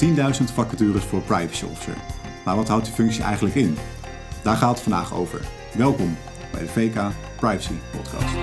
10.000 vacatures voor privacy officer. Maar wat houdt die functie eigenlijk in? Daar gaat het vandaag over. Welkom bij de VK Privacy Podcast.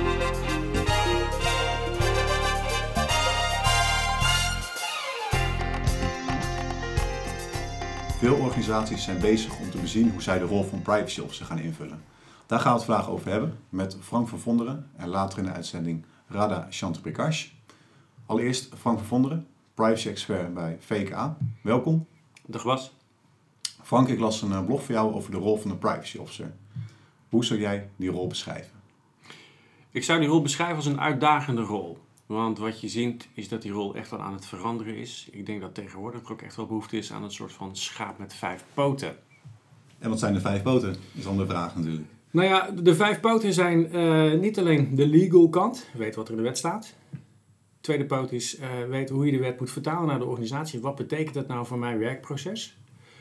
Veel organisaties zijn bezig om te bezien hoe zij de rol van privacy officer gaan invullen. Daar gaan we het vandaag over hebben met Frank van Vonderen en later in de uitzending Radha Chantaprakash. Allereerst Frank van Vonderen, privacy expert bij VK. Welkom. Dag Bas. Frank, ik las een blog van jou over de rol van de privacy officer. Hoe zou jij die rol beschrijven? Ik zou die rol beschrijven als een uitdagende rol. Want wat je ziet is dat die rol echt wel aan het veranderen is. Ik denk dat tegenwoordig er ook echt wel behoefte is aan een soort van schaap met 5 poten. En wat zijn de 5 poten? Is dan de vraag natuurlijk. Nou ja, de 5 poten zijn niet alleen de legal kant, weet wat er in de wet staat. Tweede poot is weten hoe je de wet moet vertalen naar de organisatie. Wat betekent dat nou voor mijn werkproces?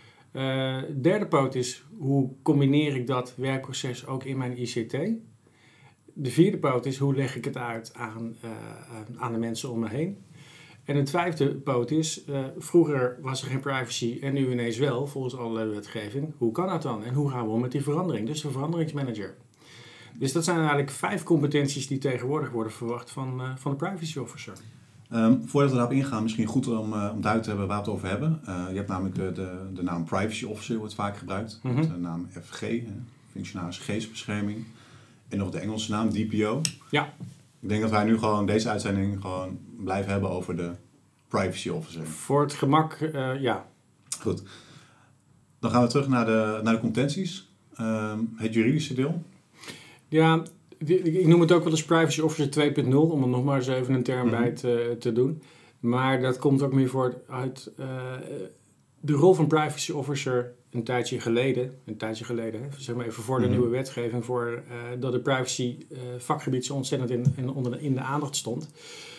Derde poot is hoe combineer ik dat werkproces ook in mijn ICT. De vierde poot is hoe leg ik het uit aan de mensen om me heen. En het vijfde poot is, vroeger was er geen privacy en nu ineens wel, volgens allerlei wetgeving. Hoe kan dat dan? En hoe gaan we om met die verandering? Dus de veranderingsmanager. Dus dat zijn eigenlijk 5 competenties die tegenwoordig worden verwacht van de privacy officer. Voordat we daarop ingaan, misschien goed om duidelijk te hebben waar we het over hebben. Je hebt namelijk de naam privacy officer, wordt vaak gebruikt. De naam FG, functionaris gegevensbescherming. En nog de Engelse naam, DPO. Ja. Ik denk dat wij nu gewoon deze uitzending gewoon blijven hebben over de privacy officer. Voor het gemak, ja. Goed. Dan gaan we terug naar de competenties. Het juridische deel. Ja, ik noem het ook wel eens privacy officer 2.0, om er nog maar eens even een term bij te doen. Maar dat komt ook meer voort uit de rol van privacy officer een tijdje geleden, zeg maar even voor de nieuwe wetgeving, voor dat de privacy vakgebied zo ontzettend in de aandacht stond.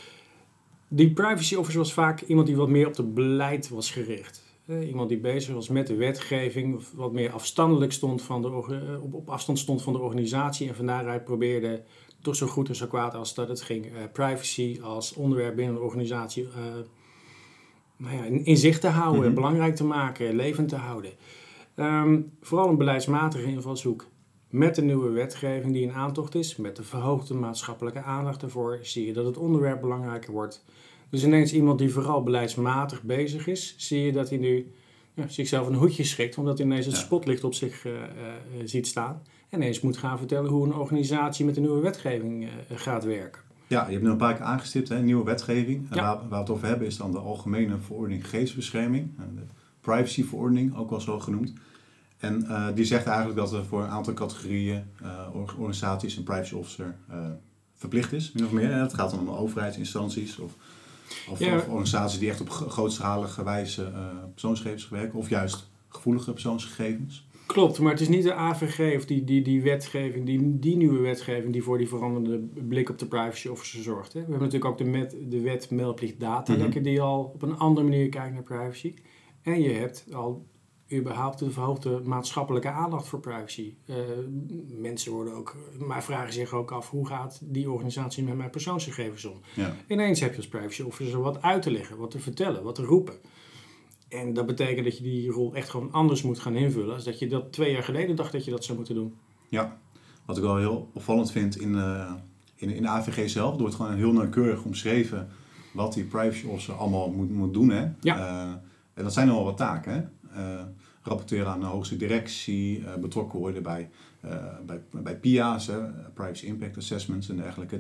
Die privacy officer was vaak iemand die wat meer op het beleid was gericht. Iemand die bezig was met de wetgeving, wat meer afstandelijk stond op afstand stond van de organisatie en van daaruit probeerde toch zo goed en zo kwaad als dat het ging privacy als onderwerp binnen de organisatie in zicht te houden, belangrijk te maken, levend te houden. Vooral een beleidsmatige invalshoek met de nieuwe wetgeving die in aantocht is, met de verhoogde maatschappelijke aandacht ervoor, zie je dat het onderwerp belangrijker wordt. Dus ineens iemand die vooral beleidsmatig bezig is, zie je dat hij nu zichzelf een hoedje schrikt, omdat hij ineens het spotlicht op zich ziet staan. En ineens moet gaan vertellen hoe een organisatie met de nieuwe wetgeving gaat werken. Ja, je hebt nu een paar keer aangestipt, hè, nieuwe wetgeving. Ja. Waar we het over hebben is dan de Algemene Verordening Gegevensbescherming. De privacyverordening, ook wel zo genoemd. En die zegt eigenlijk dat er voor een aantal categorieën organisaties een privacy officer verplicht is, min of meer. Het gaat dan om overheidsinstanties of organisaties die echt op grootschalige wijze persoonsgegevens werken. Of juist gevoelige persoonsgegevens. Klopt, maar het is niet de AVG of die wetgeving, die nieuwe wetgeving die voor die veranderende blik op de privacy officer zorgt. Hè. We hebben natuurlijk ook de wet meldplicht datalekken die al op een andere manier kijkt naar privacy. En je hebt al überhaupt de verhoogde maatschappelijke aandacht voor privacy. Mensen vragen zich ook af, hoe gaat die organisatie met mijn persoonsgegevens om? Ja. Ineens heb je als privacy officer wat uit te leggen, wat te vertellen, wat te roepen. En dat betekent dat je die rol echt gewoon anders moet gaan invullen, als dat je dat 2 jaar geleden dacht dat je dat zou moeten doen. Ja, wat ik wel heel opvallend vind in de AVG zelf, wordt gewoon heel nauwkeurig omschreven wat die privacy officer allemaal moet doen. Hè? Ja. En dat zijn nogal wat taken, hè? Rapporteren aan de hoogste directie, betrokken worden bij PIA's, Privacy Impact Assessments en dergelijke.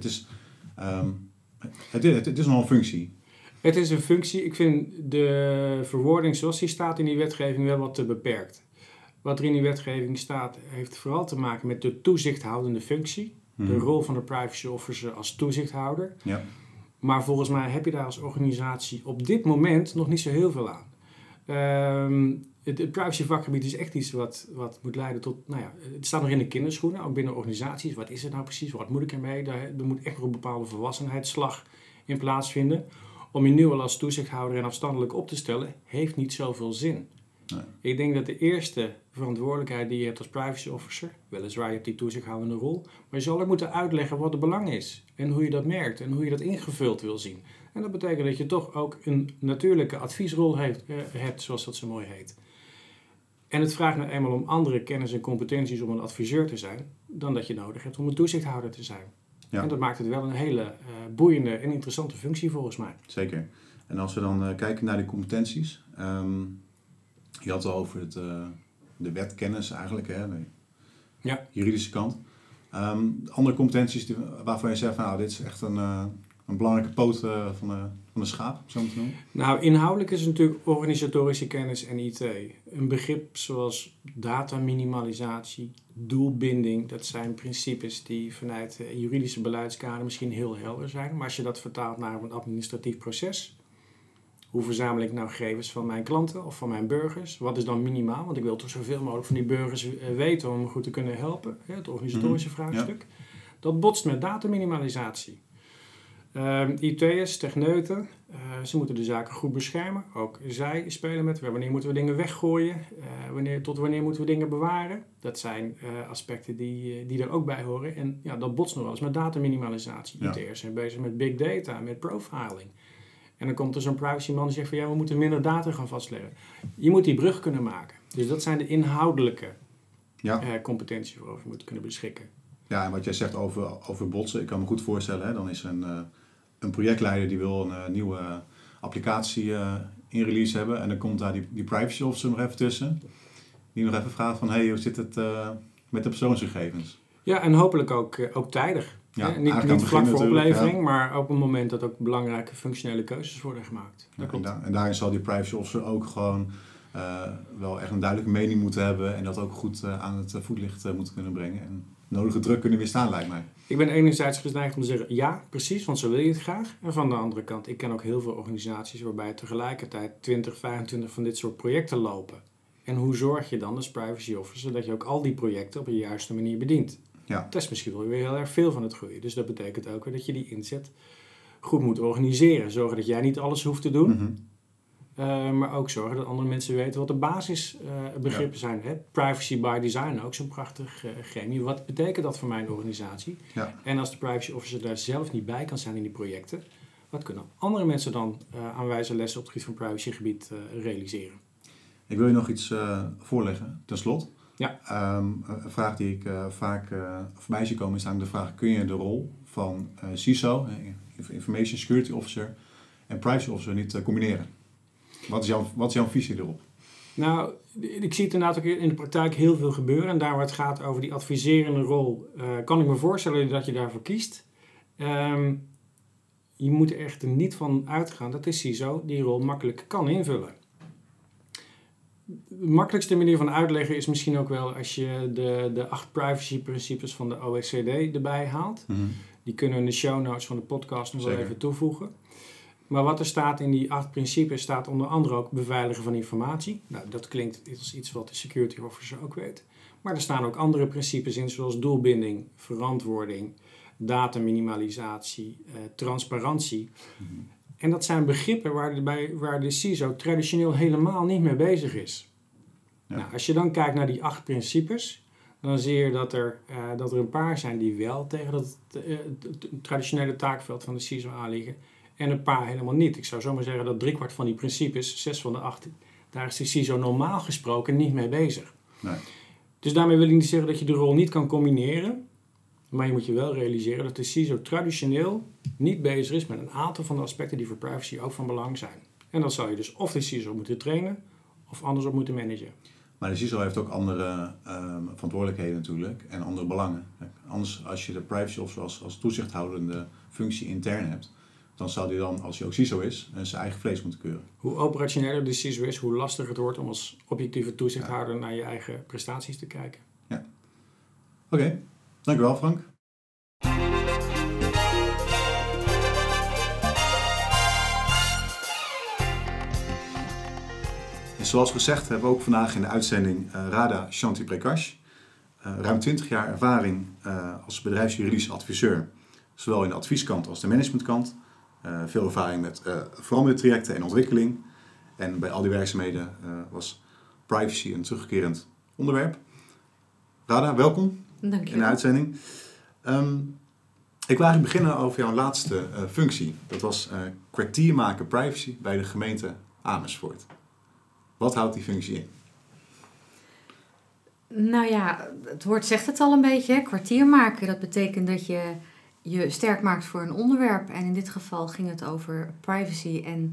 Het is nog een functie. Het is een functie. Ik vind de verwoording zoals die staat in die wetgeving wel wat te beperkt. Wat er in die wetgeving staat heeft vooral te maken met de toezichthoudende functie. De rol van de privacy officer als toezichthouder. Ja. Maar volgens mij heb je daar als organisatie op dit moment nog niet zo heel veel aan. Het privacy vakgebied is echt iets wat moet leiden tot, het staat nog in de kinderschoenen, ook binnen organisaties. Wat is het nou precies? Wat moet ik ermee? Er moet echt nog een bepaalde volwassenheidsslag in plaatsvinden. Om je nu al als toezichthouder en afstandelijk op te stellen, heeft niet zoveel zin. Nee. Ik denk dat de eerste verantwoordelijkheid die je hebt als privacy officer, weliswaar je hebt die toezichthoudende rol, maar je zal ook moeten uitleggen wat het belang is en hoe je dat merkt en hoe je dat ingevuld wil zien. En dat betekent dat je toch ook een natuurlijke adviesrol hebt, zoals dat zo mooi heet. En het vraagt nou eenmaal om andere kennis en competenties om een adviseur te zijn, dan dat je nodig hebt om een toezichthouder te zijn. Ja. En dat maakt het wel een hele boeiende en interessante functie volgens mij. Zeker. En als we dan kijken naar die competenties, je had het al over de wetkennis eigenlijk, hè? De juridische kant. Andere competenties waarvan je zegt, van, nou, dit is echt een belangrijke poot van de schaap, zo moet je noemen. Nou, inhoudelijk is het natuurlijk organisatorische kennis en IT. Een begrip zoals dataminimalisatie, doelbinding, dat zijn principes die vanuit juridische beleidskader misschien heel helder zijn. Maar als je dat vertaalt naar een administratief proces, hoe verzamel ik nou gegevens van mijn klanten of van mijn burgers? Wat is dan minimaal? Want ik wil toch zoveel mogelijk van die burgers weten om goed te kunnen helpen. Het organisatorische vraagstuk. Ja. Dat botst met dataminimalisatie. IT'ers, techneuten, ze moeten de zaken goed beschermen. Ook zij spelen met wanneer moeten we dingen weggooien, tot wanneer moeten we dingen bewaren. Dat zijn aspecten die er ook bij horen. En ja, dat botst nog wel eens met dataminimalisatie. Ja. IT'ers zijn bezig met big data, met profiling. En dan komt er zo'n privacyman die zegt van we moeten minder data gaan vastleggen. Je moet die brug kunnen maken. Dus dat zijn de inhoudelijke competenties waarover je moet kunnen beschikken. Ja, en wat jij zegt over botsen, ik kan me goed voorstellen, hè, dan is een projectleider die wil een nieuwe applicatie in release hebben en dan komt daar die privacy officer nog even tussen. Die nog even vraagt van, hoe zit het met de persoonsgegevens? Ja, en hopelijk ook tijdig. Ja, niet vlak voor oplevering, maar op een moment dat ook belangrijke functionele keuzes worden gemaakt. En daarin zal die privacy officer ook gewoon wel echt een duidelijke mening moeten hebben en dat ook goed aan het voetlicht moeten kunnen brengen. En nodige druk kunnen weerstaan, lijkt mij. Ik ben enerzijds geneigd om te zeggen ja, precies, want zo wil je het graag. En van de andere kant, ik ken ook heel veel organisaties waarbij tegelijkertijd 20, 25 van dit soort projecten lopen. En hoe zorg je dan als privacy officer dat je ook al die projecten op de juiste manier bedient? Ja. Dat is misschien wel weer heel erg veel van het goede. Dus dat betekent ook weer dat je die inzet goed moet organiseren. Zorgen dat jij niet alles hoeft te doen. Mm-hmm. Maar ook zorgen dat andere mensen weten wat de basisbegrippen zijn. Hè? Privacy by design, ook zo'n prachtig gremium. Wat betekent dat voor mijn organisatie? Ja. En als de privacy officer daar zelf niet bij kan zijn in die projecten, wat kunnen andere mensen dan aan wijze lessen op het gebied van privacygebied realiseren? Ik wil je nog iets voorleggen, ten slot. Ja. Een vraag die ik vaak voorbij zie komen is namelijk de vraag, kun je de rol van CISO, Information Security Officer, en Privacy Officer niet combineren? Wat is jouw visie erop? Nou, ik zie het inderdaad ook in de praktijk heel veel gebeuren. En daar waar het gaat over die adviserende rol, kan ik me voorstellen dat je daarvoor kiest. Je moet er echt niet van uitgaan dat de CISO die rol makkelijk kan invullen. De makkelijkste manier van uitleggen is misschien ook wel als je de 8 privacy-principes van de OECD erbij haalt. Mm-hmm. Die kunnen we in de show notes van de podcast nog wel even toevoegen. Maar wat er staat in die 8 principes staat onder andere ook beveiligen van informatie. Nou, dat klinkt als iets wat de security officer ook weet. Maar er staan ook andere principes in zoals doelbinding, verantwoording, dataminimalisatie, transparantie. Mm-hmm. En dat zijn begrippen waar de CISO traditioneel helemaal niet mee bezig is. Ja. Nou, als je dan kijkt naar die 8 principes, dan zie je dat er een paar zijn die wel tegen het traditionele taakveld van de CISO aanliggen en een paar helemaal niet. Ik zou zomaar zeggen dat 3/4 van die principes, 6 van de 8, daar is de CISO normaal gesproken niet mee bezig. Nee. Dus daarmee wil ik niet zeggen dat je de rol niet kan combineren. Maar je moet je wel realiseren dat de CISO traditioneel niet bezig is met een aantal van de aspecten die voor privacy ook van belang zijn. En dan zou je dus of de CISO moeten trainen of anders op moeten managen. Maar de CISO heeft ook andere verantwoordelijkheden natuurlijk en andere belangen. Anders als je de privacy officer als toezichthoudende functie intern hebt, dan zou hij dan, als hij ook CISO is, zijn eigen vlees moeten keuren. Hoe operationeler de CISO is, hoe lastiger het wordt om als objectieve toezichthouder naar je eigen prestaties te kijken. Ja. Oké. Dankjewel, Frank. En zoals gezegd hebben we ook vandaag in de uitzending Radha Shanti-Prakash. Ruim 20 jaar ervaring als bedrijfsjuridisch adviseur. Zowel in de advieskant als de managementkant. Veel ervaring met verandertrajecten en ontwikkeling. En bij al die werkzaamheden was privacy een terugkerend onderwerp. Radha, welkom. Dank je in de uitzending. Ik wil eigenlijk beginnen over jouw laatste functie. Dat was kwartiermaker privacy bij de gemeente Amersfoort. Wat houdt die functie in? Nou ja, het woord zegt het al een beetje, hè? Kwartiermaker. Dat betekent dat je je sterk maakt voor een onderwerp. En in dit geval ging het over privacy en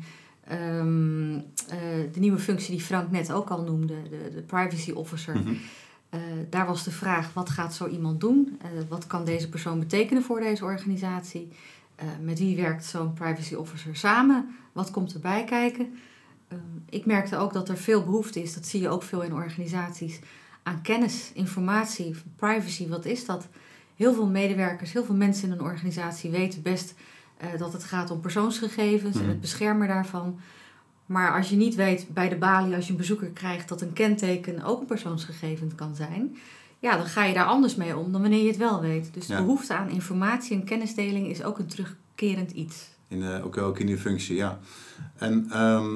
de nieuwe functie die Frank net ook al noemde, de privacy officer. Mm-hmm. Daar was de vraag, wat gaat zo iemand doen? Wat kan deze persoon betekenen voor deze organisatie? Met wie werkt zo'n privacy officer samen? Wat komt erbij kijken? Ik merkte ook dat er veel behoefte is, dat zie je ook veel in organisaties, aan kennis, informatie, privacy, wat is dat? Heel veel medewerkers, heel veel mensen in een organisatie weten best dat het gaat om persoonsgegevens en het beschermen daarvan. Maar als je niet weet bij de balie, als je een bezoeker krijgt, dat een kenteken ook een persoonsgegeven kan zijn, ja, dan ga je daar anders mee om dan wanneer je het wel weet. Dus de behoefte aan informatie en kennisdeling is ook een terugkerend iets. Ook in die functie, ja. En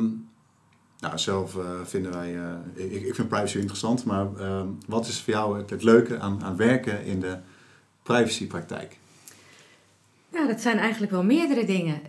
zelf vinden wij, ik vind privacy interessant, maar wat is voor jou het leuke aan werken in de privacypraktijk? Ja, dat zijn eigenlijk wel meerdere dingen.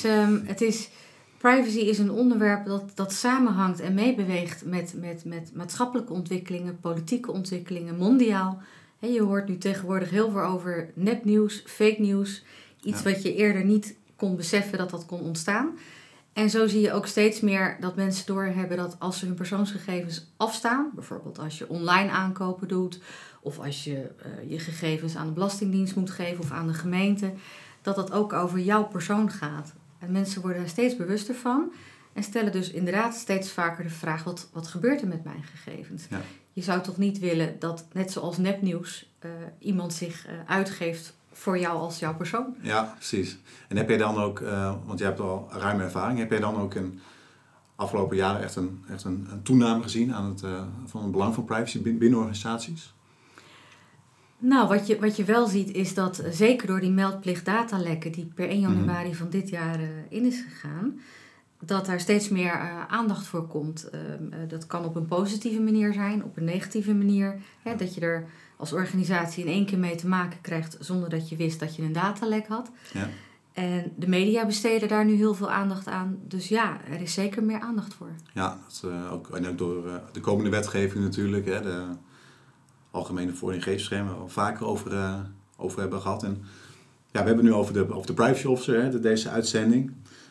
Privacy is een onderwerp dat samenhangt en meebeweegt met maatschappelijke ontwikkelingen, politieke ontwikkelingen, mondiaal. Je hoort nu tegenwoordig heel veel over nepnieuws, fake nieuws. Iets wat je eerder niet kon beseffen dat kon ontstaan. En zo zie je ook steeds meer dat mensen doorhebben dat als ze hun persoonsgegevens afstaan, bijvoorbeeld als je online aankopen doet, of als je je gegevens aan de Belastingdienst moet geven of aan de gemeente, dat ook over jouw persoon gaat. En mensen worden daar steeds bewuster van en stellen dus inderdaad steeds vaker de vraag, wat gebeurt er met mijn gegevens? Ja. Je zou toch niet willen dat, net zoals nepnieuws, iemand zich uitgeeft voor jou als jouw persoon? Ja, precies. En heb jij dan ook, want jij hebt al ruime ervaring, heb jij dan ook in afgelopen jaren echt een toename gezien aan van het belang van privacy binnen organisaties? Nou, wat je wel ziet is dat zeker door die meldplicht datalekken die per 1 januari van dit jaar in is gegaan, dat daar steeds meer aandacht voor komt. Dat kan op een positieve manier zijn, op een negatieve manier. Hè, dat je er als organisatie in 1 keer mee te maken krijgt zonder dat je wist dat je een datalek had. Ja. En de media besteden daar nu heel veel aandacht aan. Dus ja, er is zeker meer aandacht voor. Ja, ook door de komende wetgeving natuurlijk. Hè, de Algemene Verordening Gegevensbescherming, waar we al vaker over hebben gehad. En ja, we hebben het nu over de privacy officer, hè, deze uitzending.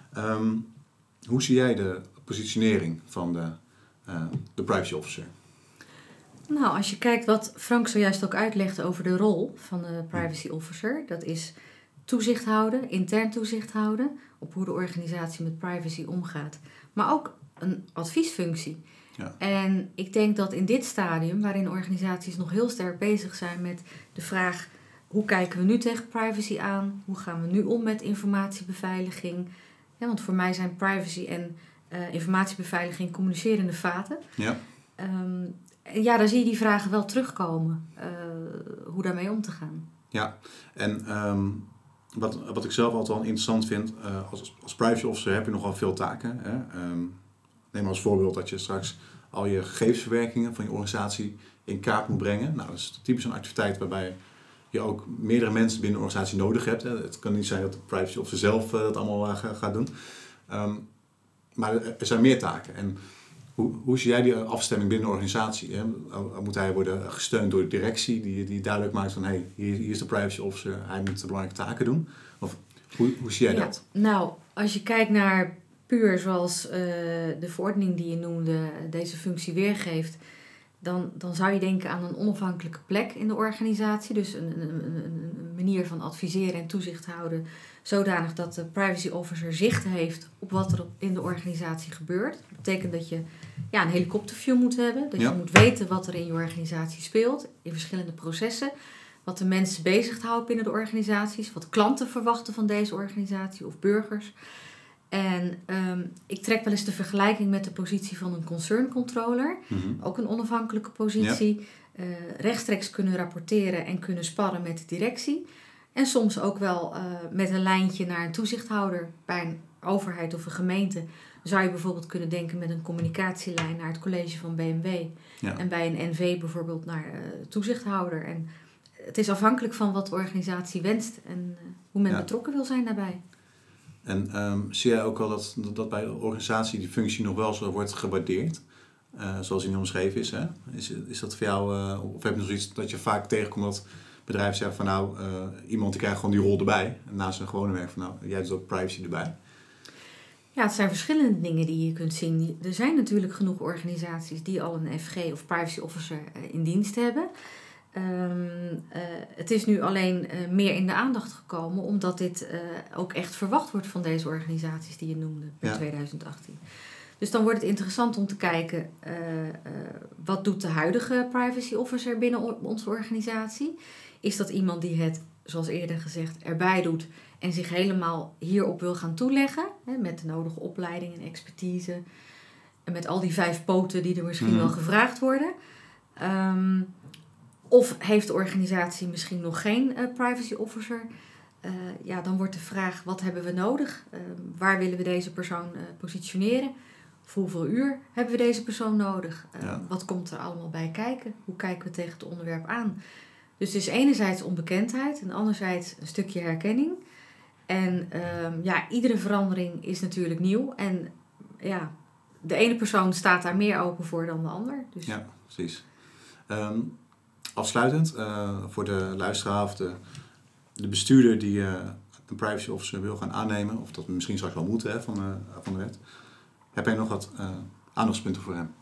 Hoe zie jij de positionering van de privacy officer? Nou, als je kijkt wat Frank zojuist ook uitlegde over de rol van de privacy officer, dat is toezicht houden, intern toezicht houden op hoe de organisatie met privacy omgaat. Maar ook een adviesfunctie. Ja. En ik denk dat in dit stadium, waarin organisaties nog heel sterk bezig zijn met de vraag, hoe kijken we nu tegen privacy aan? Hoe gaan we nu om met informatiebeveiliging? Ja, want voor mij zijn privacy en informatiebeveiliging communicerende vaten. Ja. Ja, daar zie je die vragen wel terugkomen, hoe daarmee om te gaan. Ja, en wat ik zelf altijd wel interessant vind, als privacy officer heb je nogal veel taken. Hè? Neem als voorbeeld dat je straks al je gegevensverwerkingen van je organisatie in kaart moet brengen. Nou, dat is typisch een activiteit waarbij je ook meerdere mensen binnen de organisatie nodig hebt. Hè. Het kan niet zijn dat de privacy officer zelf dat allemaal gaat doen. Maar er zijn meer taken. En hoe zie jij die afstemming binnen de organisatie? Hè? Moet hij worden gesteund door de directie die duidelijk maakt van hier is de privacy officer, hij moet de belangrijke taken doen? Of hoe zie jij dat? Nou, als je kijkt naar puur zoals de verordening die je noemde deze functie weergeeft, dan zou je denken aan een onafhankelijke plek in de organisatie. Dus een manier van adviseren en toezicht houden zodanig dat de privacy officer zicht heeft op wat er in de organisatie gebeurt. Dat betekent dat je een helikopterview moet hebben. Dat je moet weten wat er in je organisatie speelt, in verschillende processen. Wat de mensen bezighoudt binnen de organisaties. Wat klanten verwachten van deze organisatie of burgers. En ik trek wel eens de vergelijking met de positie van een concern controller. Mm-hmm. Ook een onafhankelijke positie. Ja. Rechtstreeks kunnen rapporteren en kunnen sparren met de directie. En soms ook wel met een lijntje naar een toezichthouder bij een overheid of een gemeente. zou je bijvoorbeeld kunnen denken met een communicatielijn naar het college van BMW. Ja. En bij een NV bijvoorbeeld naar toezichthouder. En het is afhankelijk van wat de organisatie wenst en hoe men betrokken wil zijn daarbij. En zie jij ook al dat bij de organisatie die functie nog wel zo wordt gewaardeerd? Zoals die omschreven is. Hè? Is dat voor jou, of heb je nog zoiets dat je vaak tegenkomt dat bedrijven zeggen van iemand die krijgt gewoon die rol erbij. En naast zijn gewone werk van jij doet ook privacy erbij. Ja, het zijn verschillende dingen die je kunt zien. Er zijn natuurlijk genoeg organisaties die al een FG of privacy officer in dienst hebben. Het is nu alleen meer in de aandacht gekomen omdat dit ook echt verwacht wordt van deze organisaties die je noemde in 2018. Dus dan wordt het interessant om te kijken wat doet de huidige privacy officer binnen onze organisatie. Is dat iemand die het, zoals eerder gezegd, erbij doet en zich helemaal hierop wil gaan toeleggen, hè, met de nodige opleiding en expertise en met al die 5 poten die er misschien wel gevraagd worden. Of heeft de organisatie misschien nog geen privacy officer? Dan wordt de vraag, wat hebben we nodig? Waar willen we deze persoon positioneren? Voor hoeveel uur hebben we deze persoon nodig? Wat komt er allemaal bij kijken? Hoe kijken we tegen het onderwerp aan? Dus het is enerzijds onbekendheid en anderzijds een stukje herkenning. En iedere verandering is natuurlijk nieuw. En de ene persoon staat daar meer open voor dan de ander. Dus. Ja, precies. Afsluitend, voor de luisteraar of de bestuurder die een privacy officer wil gaan aannemen, of dat we misschien straks wel moeten van de wet. Heb jij nog wat aandachtspunten voor hem?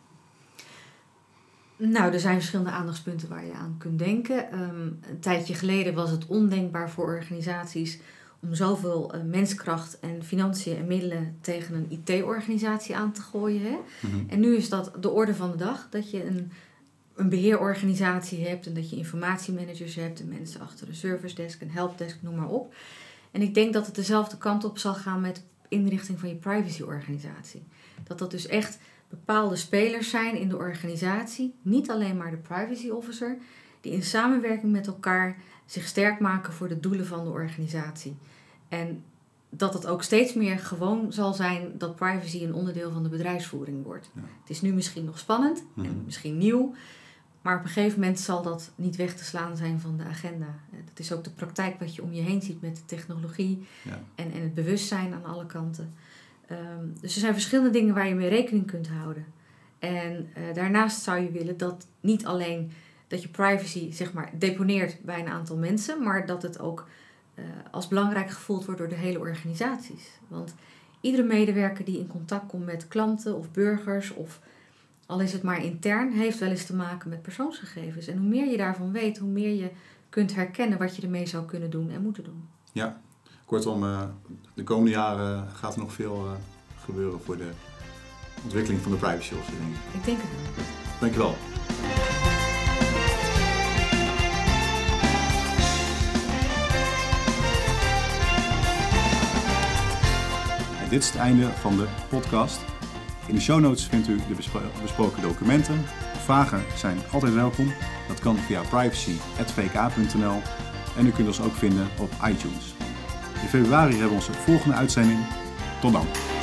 Nou, er zijn verschillende aandachtspunten waar je aan kunt denken. Een tijdje geleden was het ondenkbaar voor organisaties om zoveel menskracht en financiën en middelen tegen een IT-organisatie aan te gooien. Hè? Mm-hmm. En nu is dat de orde van de dag, dat je een beheerorganisatie hebt en dat je informatiemanagers hebt en mensen achter een service desk, een helpdesk, noem maar op. En ik denk dat het dezelfde kant op zal gaan met inrichting van je privacyorganisatie. Dat dus echt bepaalde spelers zijn in de organisatie, niet alleen maar de privacy officer, die in samenwerking met elkaar zich sterk maken voor de doelen van de organisatie. En dat het ook steeds meer gewoon zal zijn dat privacy een onderdeel van de bedrijfsvoering wordt. Ja. Het is nu misschien nog spannend en misschien nieuw, maar op een gegeven moment zal dat niet weg te slaan zijn van de agenda. Dat is ook de praktijk wat je om je heen ziet met de technologie en het bewustzijn aan alle kanten. Dus er zijn verschillende dingen waar je mee rekening kunt houden. En daarnaast zou je willen dat niet alleen dat je privacy zeg maar deponeert bij een aantal mensen, maar dat het ook als belangrijk gevoeld wordt door de hele organisaties. Want iedere medewerker die in contact komt met klanten of burgers, of al is het maar intern, heeft wel eens te maken met persoonsgegevens. En hoe meer je daarvan weet, hoe meer je kunt herkennen wat je ermee zou kunnen doen en moeten doen. Ja, kortom, de komende jaren gaat er nog veel gebeuren voor de ontwikkeling van de privacy officer, denk ik. Ik denk het wel. Dankjewel. Dit is het einde van de podcast. In de show notes vindt u de besproken documenten. Vragen zijn altijd welkom. Dat kan via privacy@vk.nl en u kunt ons ook vinden op iTunes. In februari hebben we onze volgende uitzending. Tot dan.